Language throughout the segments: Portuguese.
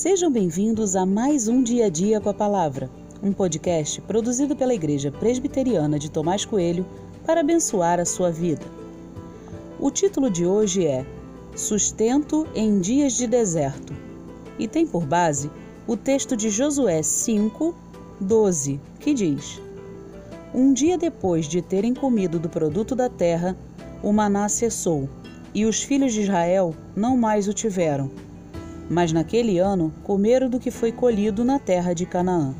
Sejam bem-vindos a mais um Dia a Dia com a Palavra, um podcast produzido pela Igreja Presbiteriana de Tomás Coelho para abençoar a sua vida. O título de hoje é Sustento em Dias de Deserto e tem por base o texto de Josué 5:12, que diz: Um dia depois de terem comido do produto da terra, o maná cessou, e os filhos de Israel não mais o tiveram. Mas naquele ano comeram do que foi colhido na terra de Canaã.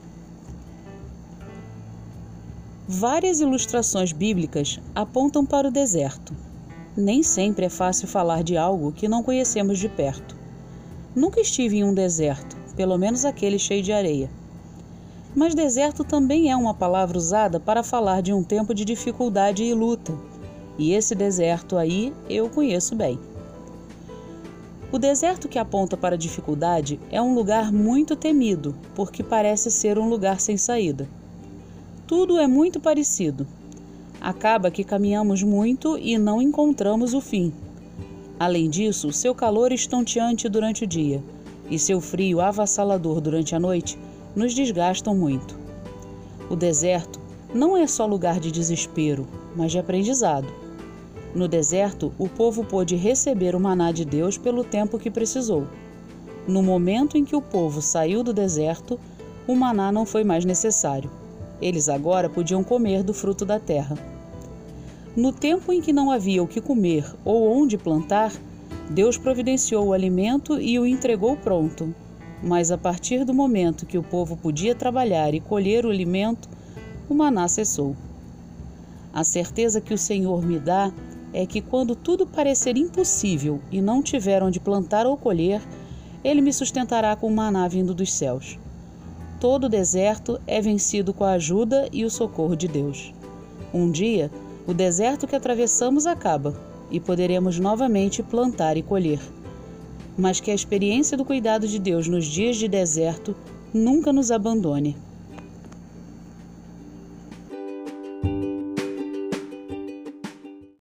Várias ilustrações bíblicas apontam para o deserto. Nem sempre é fácil falar de algo que não conhecemos de perto. Nunca estive em um deserto, pelo menos aquele cheio de areia. Mas deserto também é uma palavra usada para falar de um tempo de dificuldade e luta. E esse deserto aí eu conheço bem. O deserto que aponta para a dificuldade é um lugar muito temido, porque parece ser um lugar sem saída. Tudo é muito parecido. Acaba que caminhamos muito e não encontramos o fim. Além disso, seu calor estonteante durante o dia e seu frio avassalador durante a noite nos desgastam muito. O deserto não é só lugar de desespero, mas de aprendizado. No deserto, o povo pôde receber o maná de Deus pelo tempo que precisou. No momento em que o povo saiu do deserto, o maná não foi mais necessário. Eles agora podiam comer do fruto da terra. No tempo em que não havia o que comer ou onde plantar, Deus providenciou o alimento e o entregou pronto. Mas a partir do momento que o povo podia trabalhar e colher o alimento, o maná cessou. A certeza que o Senhor me dá é que quando tudo parecer impossível e não tiver onde plantar ou colher, Ele me sustentará com o maná vindo dos céus. Todo deserto é vencido com a ajuda e o socorro de Deus. Um dia, o deserto que atravessamos acaba e poderemos novamente plantar e colher. Mas que a experiência do cuidado de Deus nos dias de deserto nunca nos abandone.